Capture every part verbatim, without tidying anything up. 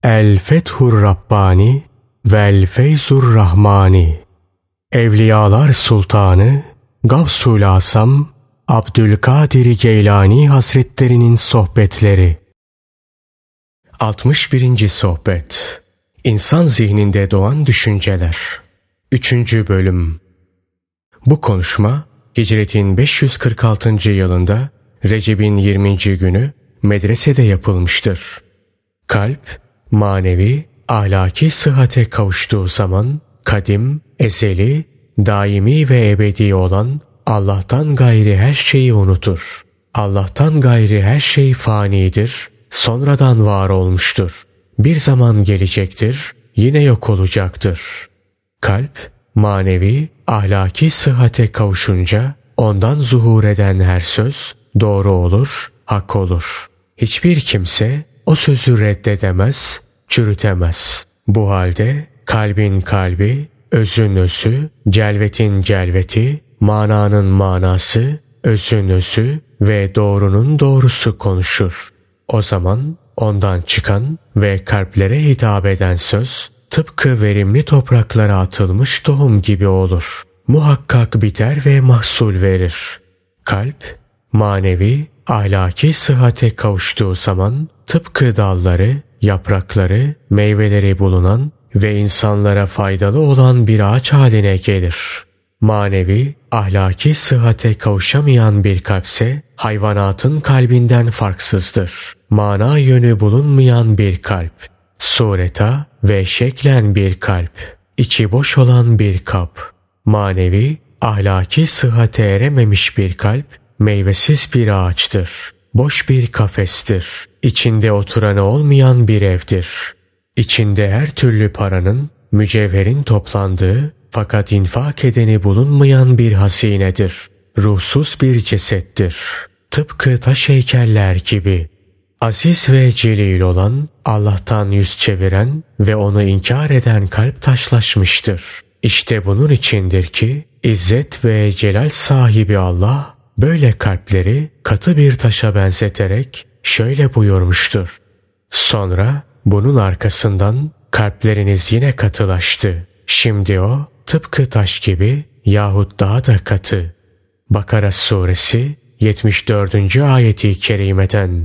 El Fethur Rabbani vel Feyzur Rahmani. Evliyalar Sultanı Gavsul Asam Abdülkadir Geylani Hazretlerinin sohbetleri. altmış birinci sohbet. İnsan zihninde doğan düşünceler. üçüncü bölüm. Bu konuşma Hicretin beş yüz kırk altıncı yılında Recep'in yirminci günü medresede yapılmıştır. Kalp, manevi, ahlaki sıhhate kavuştuğu zaman kadim, ezeli, daimi ve ebedi olan Allah'tan gayri her şeyi unutur. Allah'tan gayri her şey fanidir, sonradan var olmuştur. Bir zaman gelecektir, yine yok olacaktır. Kalp, manevi, ahlaki sıhhate kavuşunca ondan zuhur eden her söz doğru olur, hak olur. Hiçbir kimse o sözü reddedemez, çürütemez. Bu halde kalbin kalbi, özün özü, celvetin celveti, mananın manası, özün özü ve doğrunun doğrusu konuşur. O zaman ondan çıkan ve kalplere hitap eden söz tıpkı verimli topraklara atılmış tohum gibi olur. Muhakkak biter ve mahsul verir. Kalp, manevi, ahlaki sıhhate kavuştuğu zaman tıpkı dalları, yaprakları, meyveleri bulunan ve insanlara faydalı olan bir ağaç haline gelir. Manevi, ahlaki sıhhate kavuşamayan bir kalpse hayvanatın kalbinden farksızdır. Mana yönü bulunmayan bir kalp, sureta ve şeklen bir kalp, içi boş olan bir kap. Manevi, ahlaki sıhhate erememiş bir kalp, meyvesiz bir ağaçtır. Boş bir kafestir. İçinde oturanı olmayan bir evdir. İçinde her türlü paranın, mücevherin toplandığı fakat infak edeni bulunmayan bir hazinedir. Ruhsuz bir cesettir. Tıpkı taş heykeller gibi. Aziz ve celil olan, Allah'tan yüz çeviren ve onu inkar eden kalp taşlaşmıştır. İşte bunun içindir ki İzzet ve celal sahibi Allah böyle kalpleri katı bir taşa benzeterek şöyle buyurmuştur. Sonra bunun arkasından kalpleriniz yine katılaştı. Şimdi o tıpkı taş gibi yahut daha da katı. Bakara suresi yetmiş dördüncü ayeti kerimeden.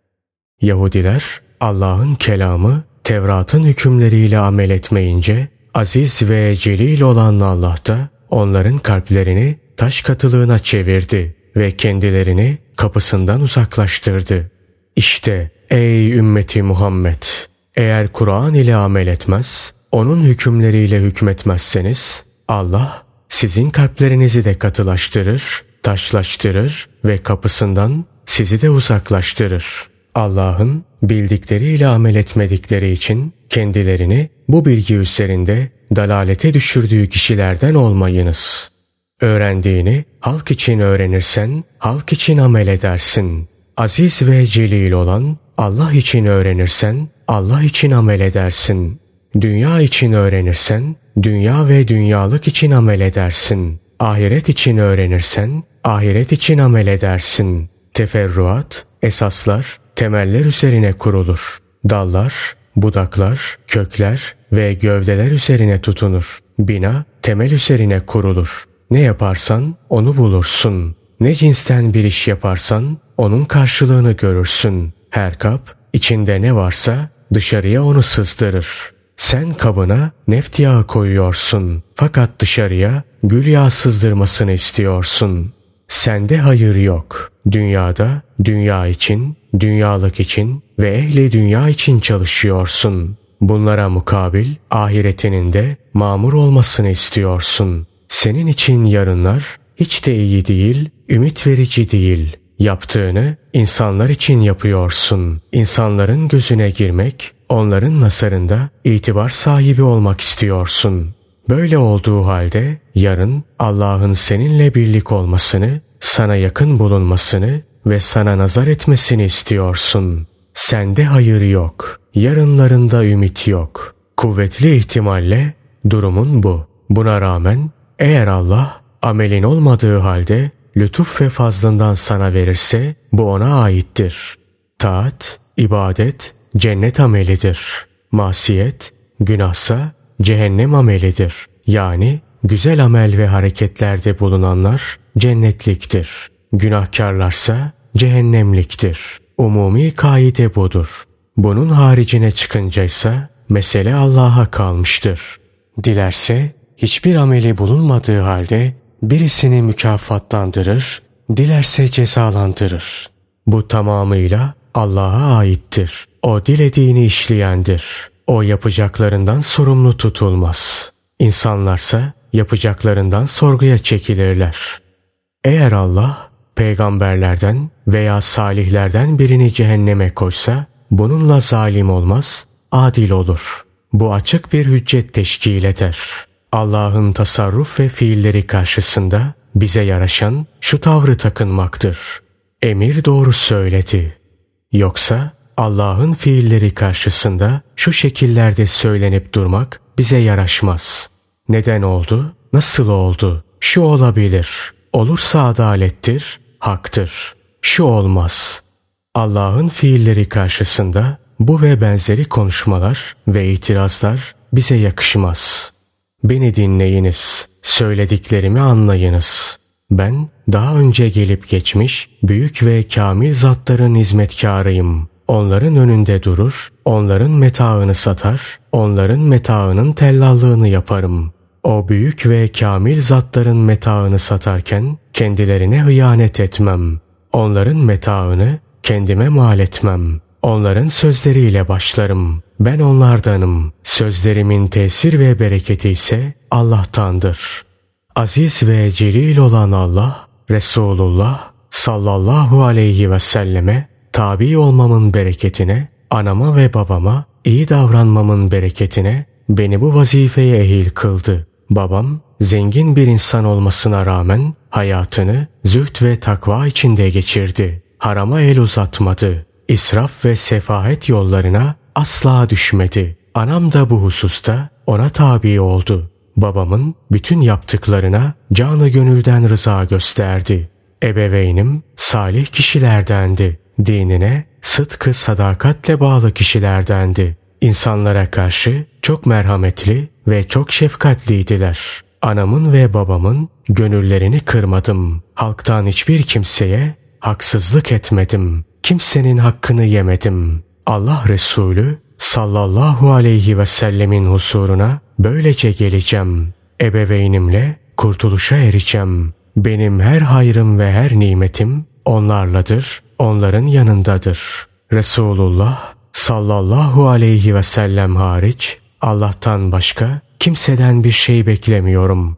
Yahudiler Allah'ın kelamı Tevrat'ın hükümleriyle amel etmeyince aziz ve celil olan Allah da onların kalplerini taş katılığına çevirdi ve kendilerini kapısından uzaklaştırdı. İşte ey ümmeti Muhammed! Eğer Kur'an ile amel etmez, onun hükümleriyle hükmetmezseniz Allah sizin kalplerinizi de katılaştırır, taşlaştırır ve kapısından sizi de uzaklaştırır. Allah'ın bildikleriyle amel etmedikleri için kendilerini bu bilgi üzerinde dalalete düşürdüğü kişilerden olmayınız. Öğrendiğini halk için öğrenirsen halk için amel edersin. Aziz ve celil olan Allah için öğrenirsen Allah için amel edersin. Dünya için öğrenirsen dünya ve dünyalık için amel edersin. Ahiret için öğrenirsen ahiret için amel edersin. Teferruat, esaslar, temeller üzerine kurulur. Dallar, budaklar, kökler ve gövdeler üzerine tutunur. Bina, temel üzerine kurulur. Ne yaparsan onu bulursun. Ne cinsten bir iş yaparsan onun karşılığını görürsün. Her kap içinde ne varsa dışarıya onu sızdırır. Sen kabına neft yağı koyuyorsun fakat dışarıya gül yağı sızdırmasını istiyorsun. Sende hayır yok. Dünyada dünya için, dünyalık için ve ehli dünya için çalışıyorsun. Bunlara mukabil ahiretinin de mamur olmasını istiyorsun. Senin için yarınlar hiç de iyi değil, ümit verici değil. Yaptığını insanlar için yapıyorsun. İnsanların gözüne girmek, onların nazarında itibar sahibi olmak istiyorsun. Böyle olduğu halde yarın Allah'ın seninle birlik olmasını, sana yakın bulunmasını ve sana nazar etmesini istiyorsun. Sende hayır yok. Yarınlarında ümit yok. Kuvvetli ihtimalle durumun bu. Buna rağmen eğer Allah amelin olmadığı halde lütuf ve fazlından sana verirse bu ona aittir. Taat, ibadet, cennet amelidir. Masiyet, günahsa cehennem amelidir. Yani güzel amel ve hareketlerde bulunanlar cennetliktir. Günahkarlarsa cehennemliktir. Umumi kaide budur. Bunun haricine çıkıncaysa mesele Allah'a kalmıştır. Dilerse hiçbir ameli bulunmadığı halde birisini mükafatlandırır, dilerse cezalandırır. Bu tamamıyla Allah'a aittir. O dilediğini işleyendir. O yapacaklarından sorumlu tutulmaz. İnsanlarsa yapacaklarından sorguya çekilirler. Eğer Allah peygamberlerden veya salihlerden birini cehenneme koysa bununla zalim olmaz, adil olur. Bu açık bir hüccet teşkil eder. Allah'ın tasarruf ve fiilleri karşısında bize yaraşan şu tavrı takınmaktır. Emir doğru söyledi. Yoksa Allah'ın fiilleri karşısında şu şekillerde söylenip durmak bize yaraşmaz. Neden oldu? Nasıl oldu? Şu olabilir. Olursa adalettir, haktır. Şu olmaz. Allah'ın fiilleri karşısında bu ve benzeri konuşmalar ve itirazlar bize yakışmaz. Beni dinleyiniz, söylediklerimi anlayınız. Ben daha önce gelip geçmiş büyük ve kamil zatların hizmetkarıyım. Onların önünde durur, onların metaını satar, onların metaının tellallığını yaparım. O büyük ve kamil zatların metaını satarken kendilerine hıyanet etmem. Onların metaını kendime mal etmem. Onların sözleriyle başlarım. Ben onlardanım. Sözlerimin tesir ve bereketi ise Allah'tandır. Aziz ve celil olan Allah, Resulullah sallallahu aleyhi ve selleme tabi olmamın bereketine, anama ve babama iyi davranmamın bereketine beni bu vazifeye ehil kıldı. Babam zengin bir insan olmasına rağmen hayatını zühd ve takva içinde geçirdi. Harama el uzatmadı. İsraf ve sefahet yollarına asla düşmedi. Anam da bu hususta ona tabi oldu. Babamın bütün yaptıklarına canı gönülden rıza gösterdi. Ebeveynim salih kişilerdendi. Dinine sıdkı sadakatle bağlı kişilerdendi. İnsanlara karşı çok merhametli ve çok şefkatliydiler. Anamın ve babamın gönüllerini kırmadım. Halktan hiçbir kimseye haksızlık etmedim. Kimsenin hakkını yemedim. Allah Resulü sallallahu aleyhi ve sellemin huzuruna böylece geleceğim. Ebeveynimle kurtuluşa ereceğim. Benim her hayrım ve her nimetim onlarladır, onların yanındadır. Resulullah sallallahu aleyhi ve sellem hariç Allah'tan başka kimseden bir şey beklemiyorum.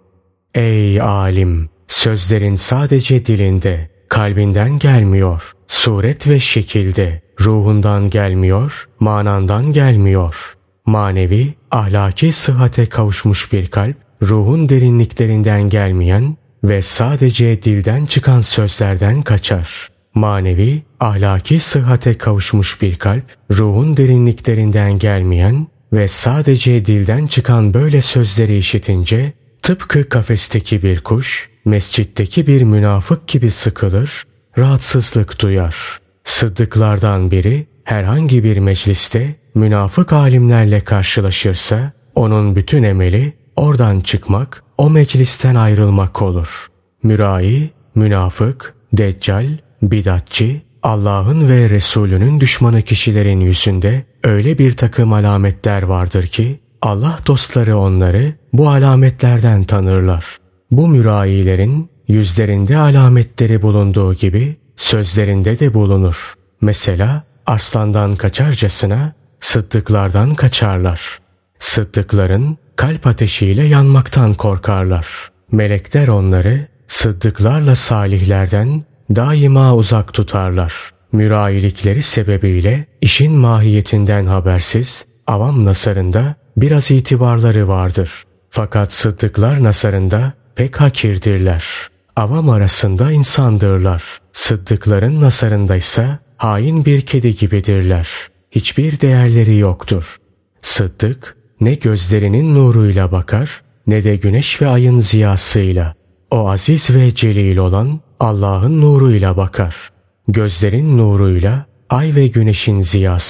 Ey alim! Sözlerin sadece dilinde, kalbinden gelmiyor. Suret ve şekilde, ruhundan gelmiyor, manandan gelmiyor. Manevi, ahlaki sıhhate kavuşmuş bir kalp, ruhun derinliklerinden gelmeyen ve sadece dilden çıkan sözlerden kaçar. Manevi, ahlaki sıhhate kavuşmuş bir kalp, ruhun derinliklerinden gelmeyen ve sadece dilden çıkan böyle sözleri işitince, tıpkı kafesteki bir kuş, mescitteki bir münafık gibi sıkılır, rahatsızlık duyar. Sıddıklardan biri herhangi bir mecliste münafık alimlerle karşılaşırsa, onun bütün emeli oradan çıkmak, o meclisten ayrılmak olur. Mürai, münafık, deccal, bidatçı, Allah'ın ve Resulünün düşmanı kişilerin yüzünde öyle bir takım alametler vardır ki, Allah dostları onları bu alametlerden tanırlar. Bu mürailerin yüzlerinde alametleri bulunduğu gibi sözlerinde de bulunur. Mesela arslandan kaçarcasına sıddıklardan kaçarlar. Sıddıkların kalp ateşiyle yanmaktan korkarlar. Melekler onları sıddıklarla salihlerden daima uzak tutarlar. Mürailikleri sebebiyle işin mahiyetinden habersiz, avam nazarında biraz itibarları vardır. Fakat sıddıklar nazarında pek hakirdirler. Avam arasında insandırlar. Sıddıkların nazarında ise hain bir kedi gibidirler. Hiçbir değerleri yoktur. Sıddık ne gözlerinin nuruyla bakar ne de güneş ve ayın ziyasıyla. O aziz ve celil olan Allah'ın nuruyla bakar. Gözlerin nuruyla ay ve güneşin ziyası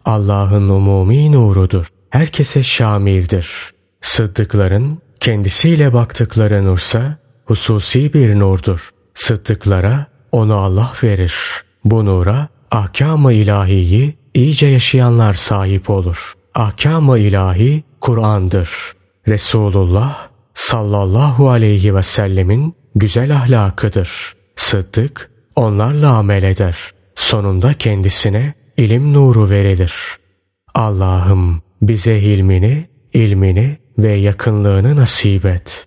Allah'ın umumi nurudur. Herkese şamildir. Sıddıkların kendisiyle baktıkları nursa hususi bir nurdur. Sıddıklara onu Allah verir. Bu nura ahkâm-ı ilahiyi iyice yaşayanlar sahip olur. Ahkâm-ı ilahi Kur'an'dır. Resulullah sallallahu aleyhi ve sellemin güzel ahlakıdır. Sıddık onlarla amel eder. Sonunda kendisine ilim nuru verilir. Allah'ım bize ilmini, ilmini ve yakınlığını nasip et.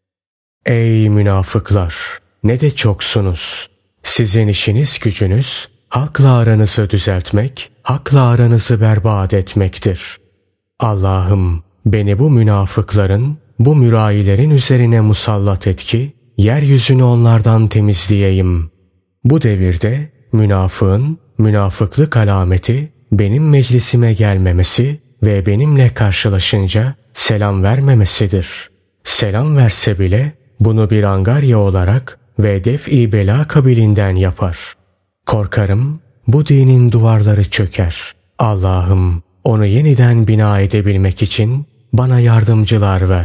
Ey münafıklar! Ne de çoksunuz. Sizin işiniz gücünüz halkla aranızı düzeltmek, hakla aranızı berbat etmektir. Allah'ım beni bu münafıkların, bu mürayilerin üzerine musallat et ki yeryüzünü onlardan temizleyeyim. Bu devirde münafığın münafıklık alameti benim meclisime gelmemesi ve benimle karşılaşınca selam vermemesidir. Selam verse bile bunu bir angarya olarak ve def-i bela kabilinden yapar. Korkarım bu dinin duvarları çöker. Allah'ım onu yeniden bina edebilmek için bana yardımcılar ver.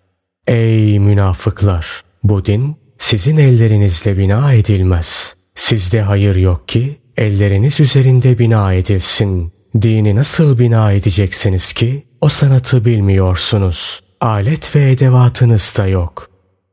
Ey münafıklar! Bu din sizin ellerinizle bina edilmez. Sizde hayır yok ki elleriniz üzerinde bina edilsin. Dini nasıl bina edeceksiniz ki o sanatı bilmiyorsunuz. Alet ve edevatınız da yok.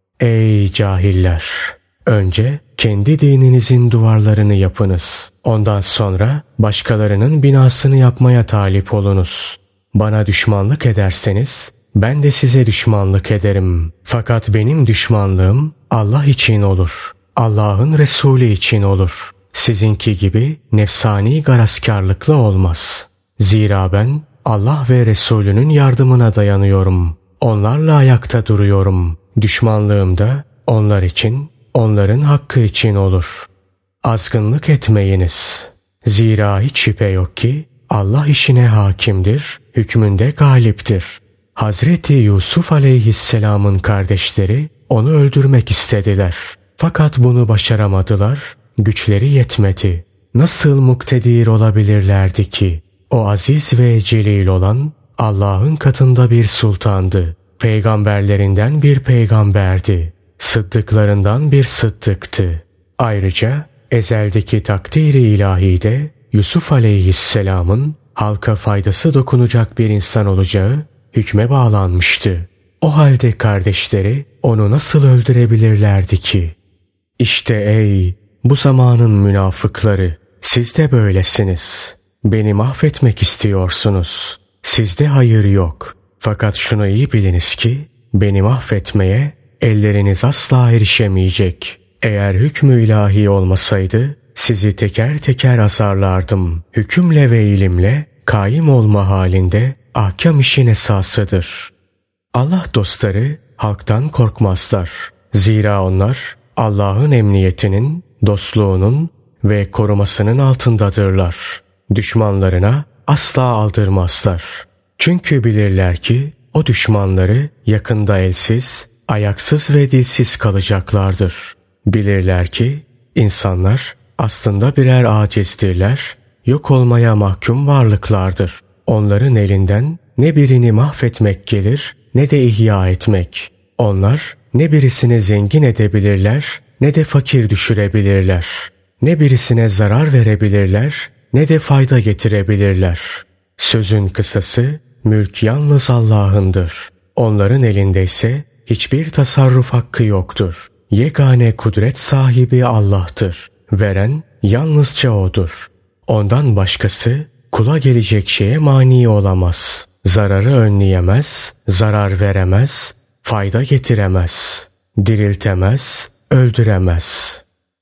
Ey cahiller! Önce kendi dininizin duvarlarını yapınız. Ondan sonra başkalarının binasını yapmaya talip olunuz. Bana düşmanlık ederseniz ben de size düşmanlık ederim. Fakat benim düşmanlığım Allah için olur. Allah'ın Resulü için olur. Sizinki gibi nefsani garazkarlıkla olmaz. Zira ben Allah ve Resulünün yardımına dayanıyorum. Onlarla ayakta duruyorum. Düşmanlığım da onlar için, onların hakkı için olur. Azgınlık etmeyiniz. Zira hiç şüphe yok ki Allah işine hakimdir, hükmünde galiptir. Hazreti Yusuf aleyhisselamın kardeşleri onu öldürmek istediler. Fakat bunu başaramadılar, güçleri yetmedi. Nasıl muktedir olabilirlerdi ki? O aziz ve celil olan Allah'ın katında bir sultandı. Peygamberlerinden bir peygamberdi. Sıddıklarından bir sıddıktı. Ayrıca ezeldeki takdiri ilahide Yusuf aleyhisselamın halka faydası dokunacak bir insan olacağı hükme bağlanmıştı. O halde kardeşleri onu nasıl öldürebilirlerdi ki? İşte ey bu zamanın münafıkları, siz de böylesiniz. Beni mahvetmek istiyorsunuz. Sizde hayır yok. Fakat şunu iyi biliniz ki beni mahvetmeye elleriniz asla erişemeyecek. Eğer hükmü ilahi olmasaydı sizi teker teker azarlardım. Hükümle ve ilimle kaim olma halinde ahkam işin esasıdır. Allah dostları halktan korkmazlar. Zira onlar Allah'ın emniyetinin, dostluğunun ve korumasının altındadırlar. Düşmanlarına asla aldırmazlar. Çünkü bilirler ki o düşmanları yakında elsiz, ayaksız ve dilsiz kalacaklardır. Bilirler ki insanlar aslında birer acizdirler, yok olmaya mahkum varlıklardır. Onların elinden ne birini mahvetmek gelir ne de ihya etmek. Onlar ne birisini zengin edebilirler ne de fakir düşürebilirler. Ne birisine zarar verebilirler ne de fayda getirebilirler. Sözün kısası mülk yalnız Allah'ındır. Onların elinde ise hiçbir tasarruf hakkı yoktur. Yegane kudret sahibi Allah'tır. Veren yalnızca O'dur. Ondan başkası kula gelecek şeye mani olamaz. Zararı önleyemez, zarar veremez, fayda getiremez, diriltemez, öldüremez.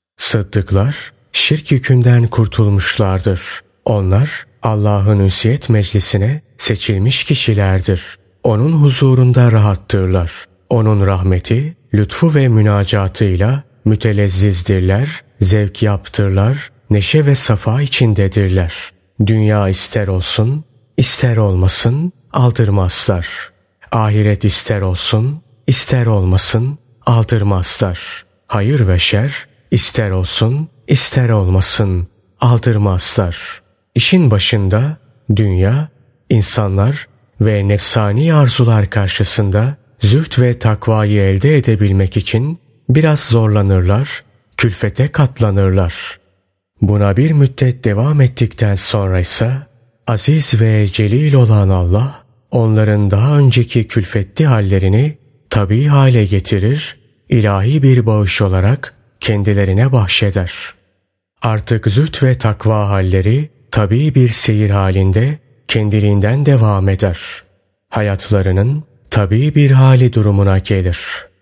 Sıddıklar şirk yükünden kurtulmuşlardır. Onlar Allah'ın ünsiyet meclisine seçilmiş kişilerdir. Onun huzurunda rahattırlar. Onun rahmeti, lütfu ve münacatıyla mütelezzizdirler, zevk yaptırlar, neşe ve safa içindedirler. Dünya ister olsun, ister olmasın, aldırmazlar. Ahiret ister olsun, ister olmasın, aldırmazlar. Hayır ve şer ister olsun, ister olmasın, aldırmazlar. İşin başında dünya, insanlar ve nefsani arzular karşısında zühd ve takvayı elde edebilmek için biraz zorlanırlar, külfete katlanırlar. Buna bir müddet devam ettikten sonra ise aziz ve celil olan Allah onların daha önceki külfetli hallerini tabii hale getirir, ilahi bir bağış olarak kendilerine bahşeder. Artık zühd ve takva halleri tabii bir seyir halinde kendiliğinden devam eder. Hayatlarının tabii bir hali durumuna gelir.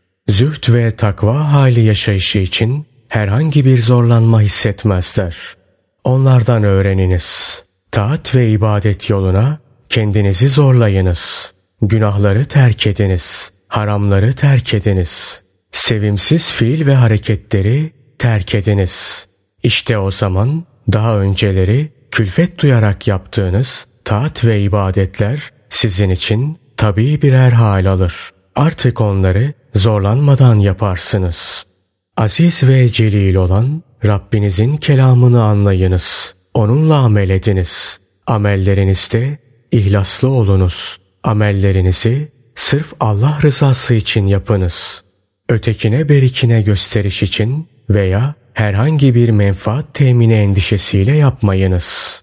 Zühd ve takva hali yaşayışı için herhangi bir zorlanma hissetmezler. Onlardan öğreniniz. Taat ve ibadet yoluna kendinizi zorlayınız. Günahları terk ediniz. Haramları terk ediniz. Sevimsiz fiil ve hareketleri terk ediniz. İşte o zaman daha önceleri külfet duyarak yaptığınız taat ve ibadetler sizin için tabii birer hal alır. Artık onları zorlanmadan yaparsınız. Aziz ve celil olan Rabbinizin kelamını anlayınız. Onunla amel ediniz. Amellerinizde ihlaslı olunuz. Amellerinizi sırf Allah rızası için yapınız. Ötekine berikine gösteriş için veya herhangi bir menfaat temini endişesiyle yapmayınız.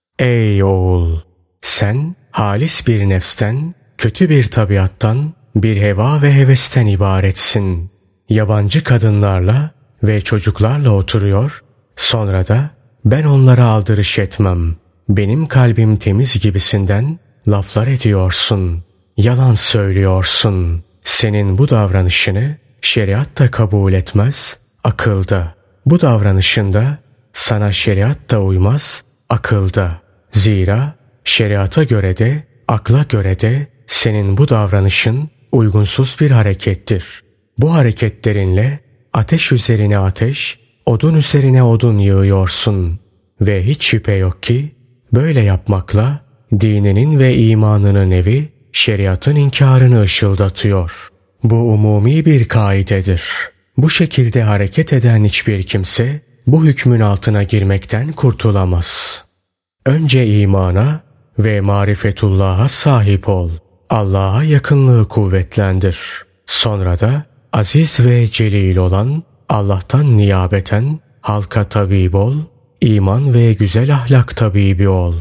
Ey oğul! Sen halis bir nefsten, kötü bir tabiattan, bir heva ve hevesten ibaretsin. Yabancı kadınlarla ve çocuklarla oturuyor, sonra da ben onlara aldırış etmem, benim kalbim temiz gibisinden laflar ediyorsun. Yalan söylüyorsun. Senin bu davranışını şeriat da kabul etmez, akıl da. Bu davranışında sana şeriat da uymaz, akıl da. Zira şeriata göre de, akla göre de senin bu davranışın uygunsuz bir harekettir. Bu hareketlerinle ateş üzerine ateş, odun üzerine odun yığıyorsun. Ve hiç şüphe yok ki böyle yapmakla dininin ve imanının evi şeriatın inkarını ışıldatıyor. Bu umumi bir kaidedir. Bu şekilde hareket eden hiçbir kimse bu hükmün altına girmekten kurtulamaz. Önce imana ve marifetullah'a sahip ol. Allah'a yakınlığı kuvvetlendir. Sonra da aziz ve celil olan Allah'tan niyabeten halka tabip ol, iman ve güzel ahlak tabibi ol.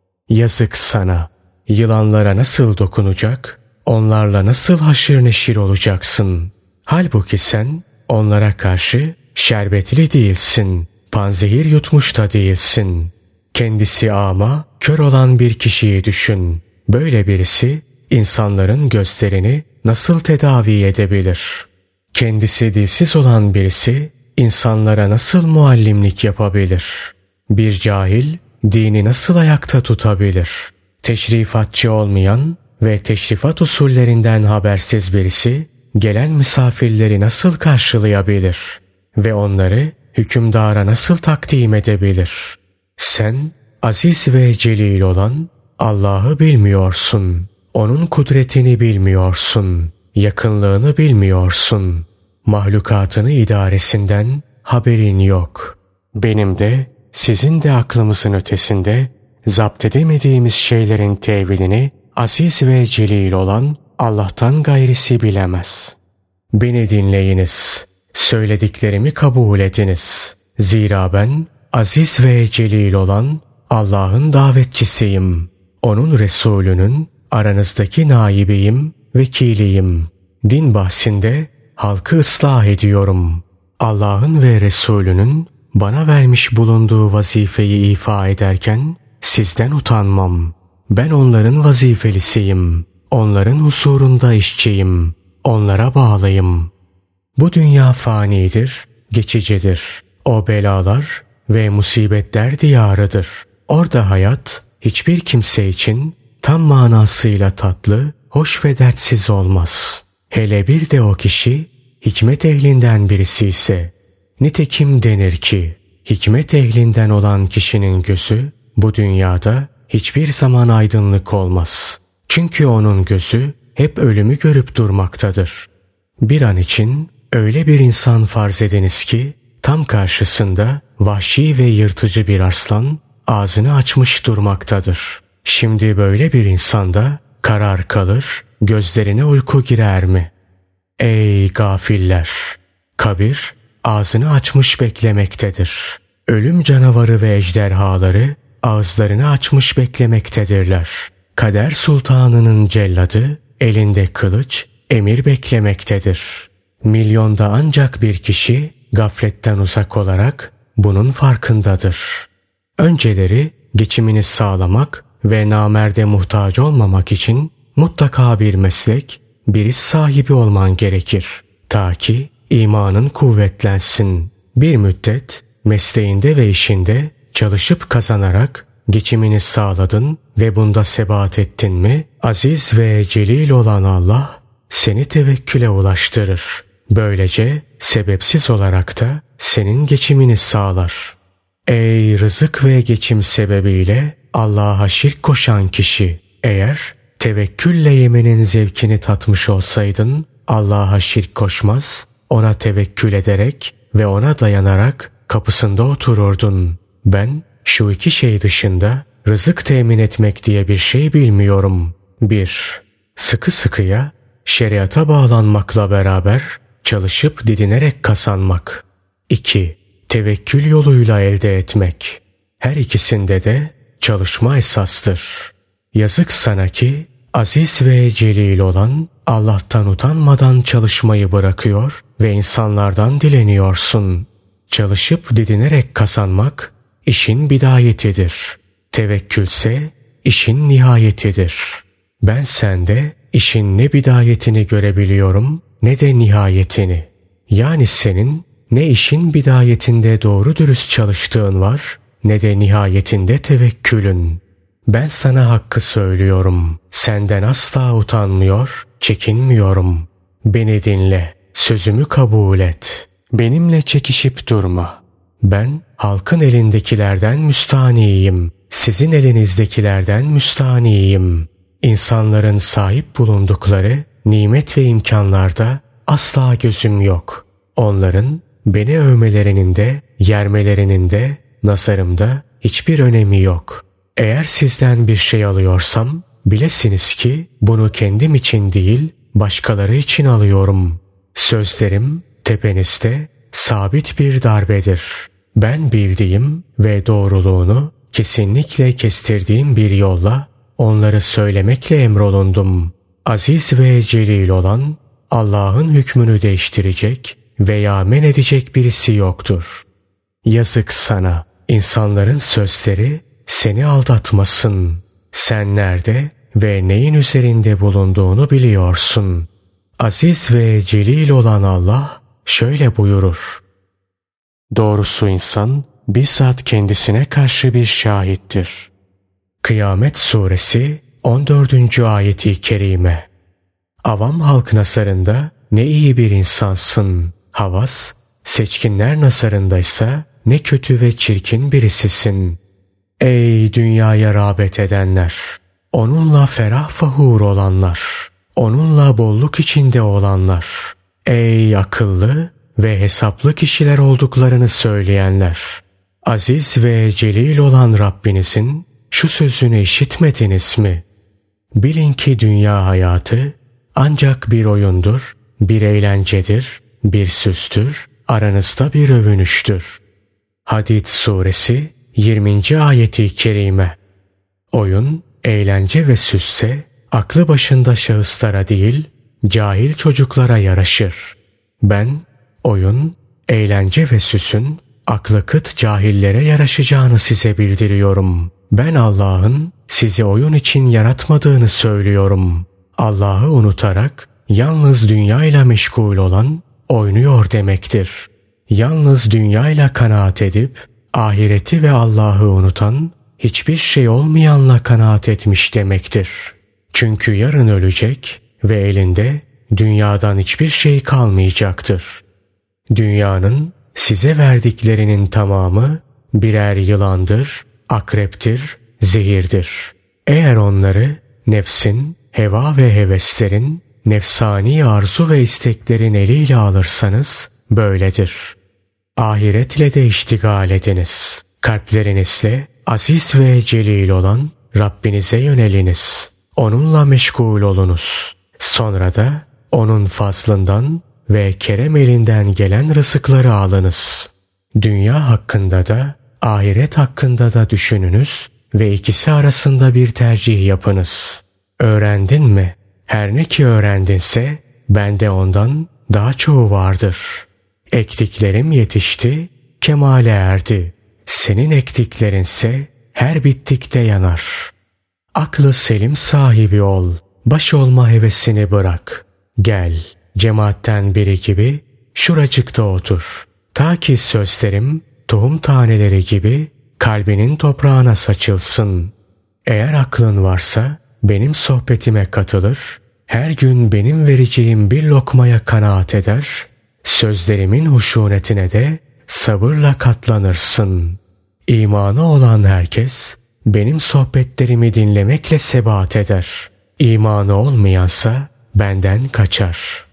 Yazık sana! Yılanlara nasıl dokunacak, onlarla nasıl haşır neşir olacaksın? Halbuki sen onlara karşı şerbetli değilsin, panzehir yutmuş da değilsin. Kendisi ama kör olan bir kişiyi düşün. Böyle birisi insanların gözlerini nasıl tedavi edebilir? Kendisi dilsiz olan birisi insanlara nasıl muallimlik yapabilir? Bir cahil dini nasıl ayakta tutabilir? Teşrifatçı olmayan ve teşrifat usullerinden habersiz birisi gelen misafirleri nasıl karşılayabilir ve onları hükümdara nasıl takdim edebilir? Sen aziz ve celil olan Allah'ı bilmiyorsun. Onun kudretini bilmiyorsun. Yakınlığını bilmiyorsun. Mahlukatını idaresinden haberin yok. Benim de sizin de aklımızın ötesinde zapt edemediğimiz şeylerin tevilini aziz ve celil olan Allah'tan gayrisi bilemez. Beni dinleyiniz. Söylediklerimi kabul ediniz. Zira ben aziz ve celil olan Allah'ın davetçisiyim. Onun Resulünün aranızdaki naibiyim, vekiliyim. Din bahsinde halkı ıslah ediyorum. Allah'ın ve Resulünün bana vermiş bulunduğu vazifeyi ifa ederken sizden utanmam. Ben onların vazifelisiyim. Onların huzurunda işçiyim. Onlara bağlıyım. Bu dünya fanidir, geçicidir. O belalar ve musibetler diyarıdır. Orada hayat hiçbir kimse için tam manasıyla tatlı, hoş ve dertsiz olmaz. Hele bir de o kişi hikmet ehlinden birisi ise. Nitekim denir ki hikmet ehlinden olan kişinin gözü bu dünyada hiçbir zaman aydınlık olmaz. Çünkü onun gözü hep ölümü görüp durmaktadır. Bir an için öyle bir insan farz ediniz ki tam karşısında vahşi ve yırtıcı bir arslan ağzını açmış durmaktadır. Şimdi böyle bir insanda karar kalır, gözlerine uyku girer mi? Ey gafiller! Kabir ağzını açmış beklemektedir. Ölüm canavarı ve ejderhaları ağızlarını açmış beklemektedirler. Kader sultanının celladı elinde kılıç, emir beklemektedir. Milyonda ancak bir kişi gafletten uzak olarak bunun farkındadır. Önceleri geçimini sağlamak ve namerde muhtaç olmamak için mutlaka bir meslek, bir iş sahibi olman gerekir. Ta ki imanın kuvvetlensin. Bir müddet mesleğinde ve işinde çalışıp kazanarak geçimini sağladın ve bunda sebat ettin mi, aziz ve celil olan Allah seni tevekküle ulaştırır. Böylece sebepsiz olarak da senin geçimini sağlar. Ey rızık ve geçim sebebiyle Allah'a şirk koşan kişi! Eğer tevekkülle yemenin zevkini tatmış olsaydın, Allah'a şirk koşmaz, ona tevekkül ederek ve ona dayanarak kapısında otururdun. Ben şu iki şey dışında rızık temin etmek diye bir şey bilmiyorum. bir. Sıkı sıkıya şeriata bağlanmakla beraber çalışıp didinerek kazanmak. iki. Tevekkül yoluyla elde etmek. Her ikisinde de çalışma esastır. Yazık sana ki aziz ve celil olan Allah'tan utanmadan çalışmayı bırakıyor ve insanlardan dileniyorsun. Çalışıp didinerek kazanmak işin bidayetidir. Tevekkülse işin nihayetidir. Ben sende işin ne bidayetini görebiliyorum ne de nihayetini. Yani senin ne işin bidayetinde doğru dürüst çalıştığın var ne de nihayetinde tevekkülün. Ben sana hakkı söylüyorum. Senden asla utanmıyor, çekinmiyorum. Beni dinle, sözümü kabul et. Benimle çekişip durma. Ben halkın elindekilerden müstaniyim. Sizin elinizdekilerden müstaniyim. İnsanların sahip bulundukları nimet ve imkanlarda asla gözüm yok. Onların beni övmelerinin de, yermelerinin de, nazarımda hiçbir önemi yok. Eğer sizden bir şey alıyorsam, bilesiniz ki bunu kendim için değil, başkaları için alıyorum. Sözlerim tepenizde sabit bir darbedir. Ben bildiğim ve doğruluğunu kesinlikle kestirdiğim bir yolla onları söylemekle emrolundum. Aziz ve celil olan Allah'ın hükmünü değiştirecek veya men edecek birisi yoktur. Yazık sana, insanların sözleri seni aldatmasın. Sen nerede ve neyin üzerinde bulunduğunu biliyorsun. Aziz ve celil olan Allah şöyle buyurur. Doğrusu insan bizzat kendisine karşı bir şahittir. Kıyamet Suresi on dördüncü ayeti kerime. Avam halk nazarında ne iyi bir insansın. Havas, seçkinler nazarındaysa ne kötü ve çirkin birisisin. Ey dünyaya rağbet edenler! Onunla ferah fahur olanlar! Onunla bolluk içinde olanlar! Ey akıllı ve hesaplı kişiler olduklarını söyleyenler! Aziz ve celil olan Rabbinizin şu sözünü işitmediniz mi? Bilin ki dünya hayatı ancak bir oyundur, bir eğlencedir, bir süstür, aranızda bir övünüştür. Hadid Suresi yirminci ayeti kerime. Oyun, eğlence ve süsse aklı başında şahıslara değil, cahil çocuklara yaraşır. Ben oyun, eğlence ve süsün aklı kıt cahillere yaraşacağını size bildiriyorum. Ben Allah'ın sizi oyun için yaratmadığını söylüyorum. Allah'ı unutarak yalnız dünyayla meşgul olan oynuyor demektir. Yalnız dünyayla kanaat edip ahireti ve Allah'ı unutan hiçbir şey olmayanla kanaat etmiş demektir. Çünkü yarın ölecek ve elinde dünyadan hiçbir şey kalmayacaktır. Dünyanın size verdiklerinin tamamı birer yılandır, akreptir, zehirdir. Eğer onları nefsin, heva ve heveslerin, nefsani arzu ve isteklerin eliyle alırsanız böyledir. Ahiretle de iştigal ediniz. Kalplerinizle aziz ve celil olan Rabbinize yöneliniz. Onunla meşgul olunuz. Sonra da onun fazlından ve kerem elinden gelen rızıkları alınız. Dünya hakkında da ahiret hakkında da düşününüz ve ikisi arasında bir tercih yapınız. Öğrendin mi? Her ne ki öğrendinse bende ondan daha çoğu vardır. Ektiklerim yetişti, kemale erdi. Senin ektiklerinse her bittikte yanar. Aklı selim sahibi ol, baş olma hevesini bırak. Gel, cemaatten biri gibi şuracıkta otur. Ta ki sözlerim tohum taneleri gibi kalbinin toprağına saçılsın. Eğer aklın varsa benim sohbetime katılır, her gün benim vereceğim bir lokmaya kanaat eder, sözlerimin huşunetine de sabırla katlanırsın. İmanı olan herkes benim sohbetlerimi dinlemekle sebat eder. İmanı olmayansa benden kaçar.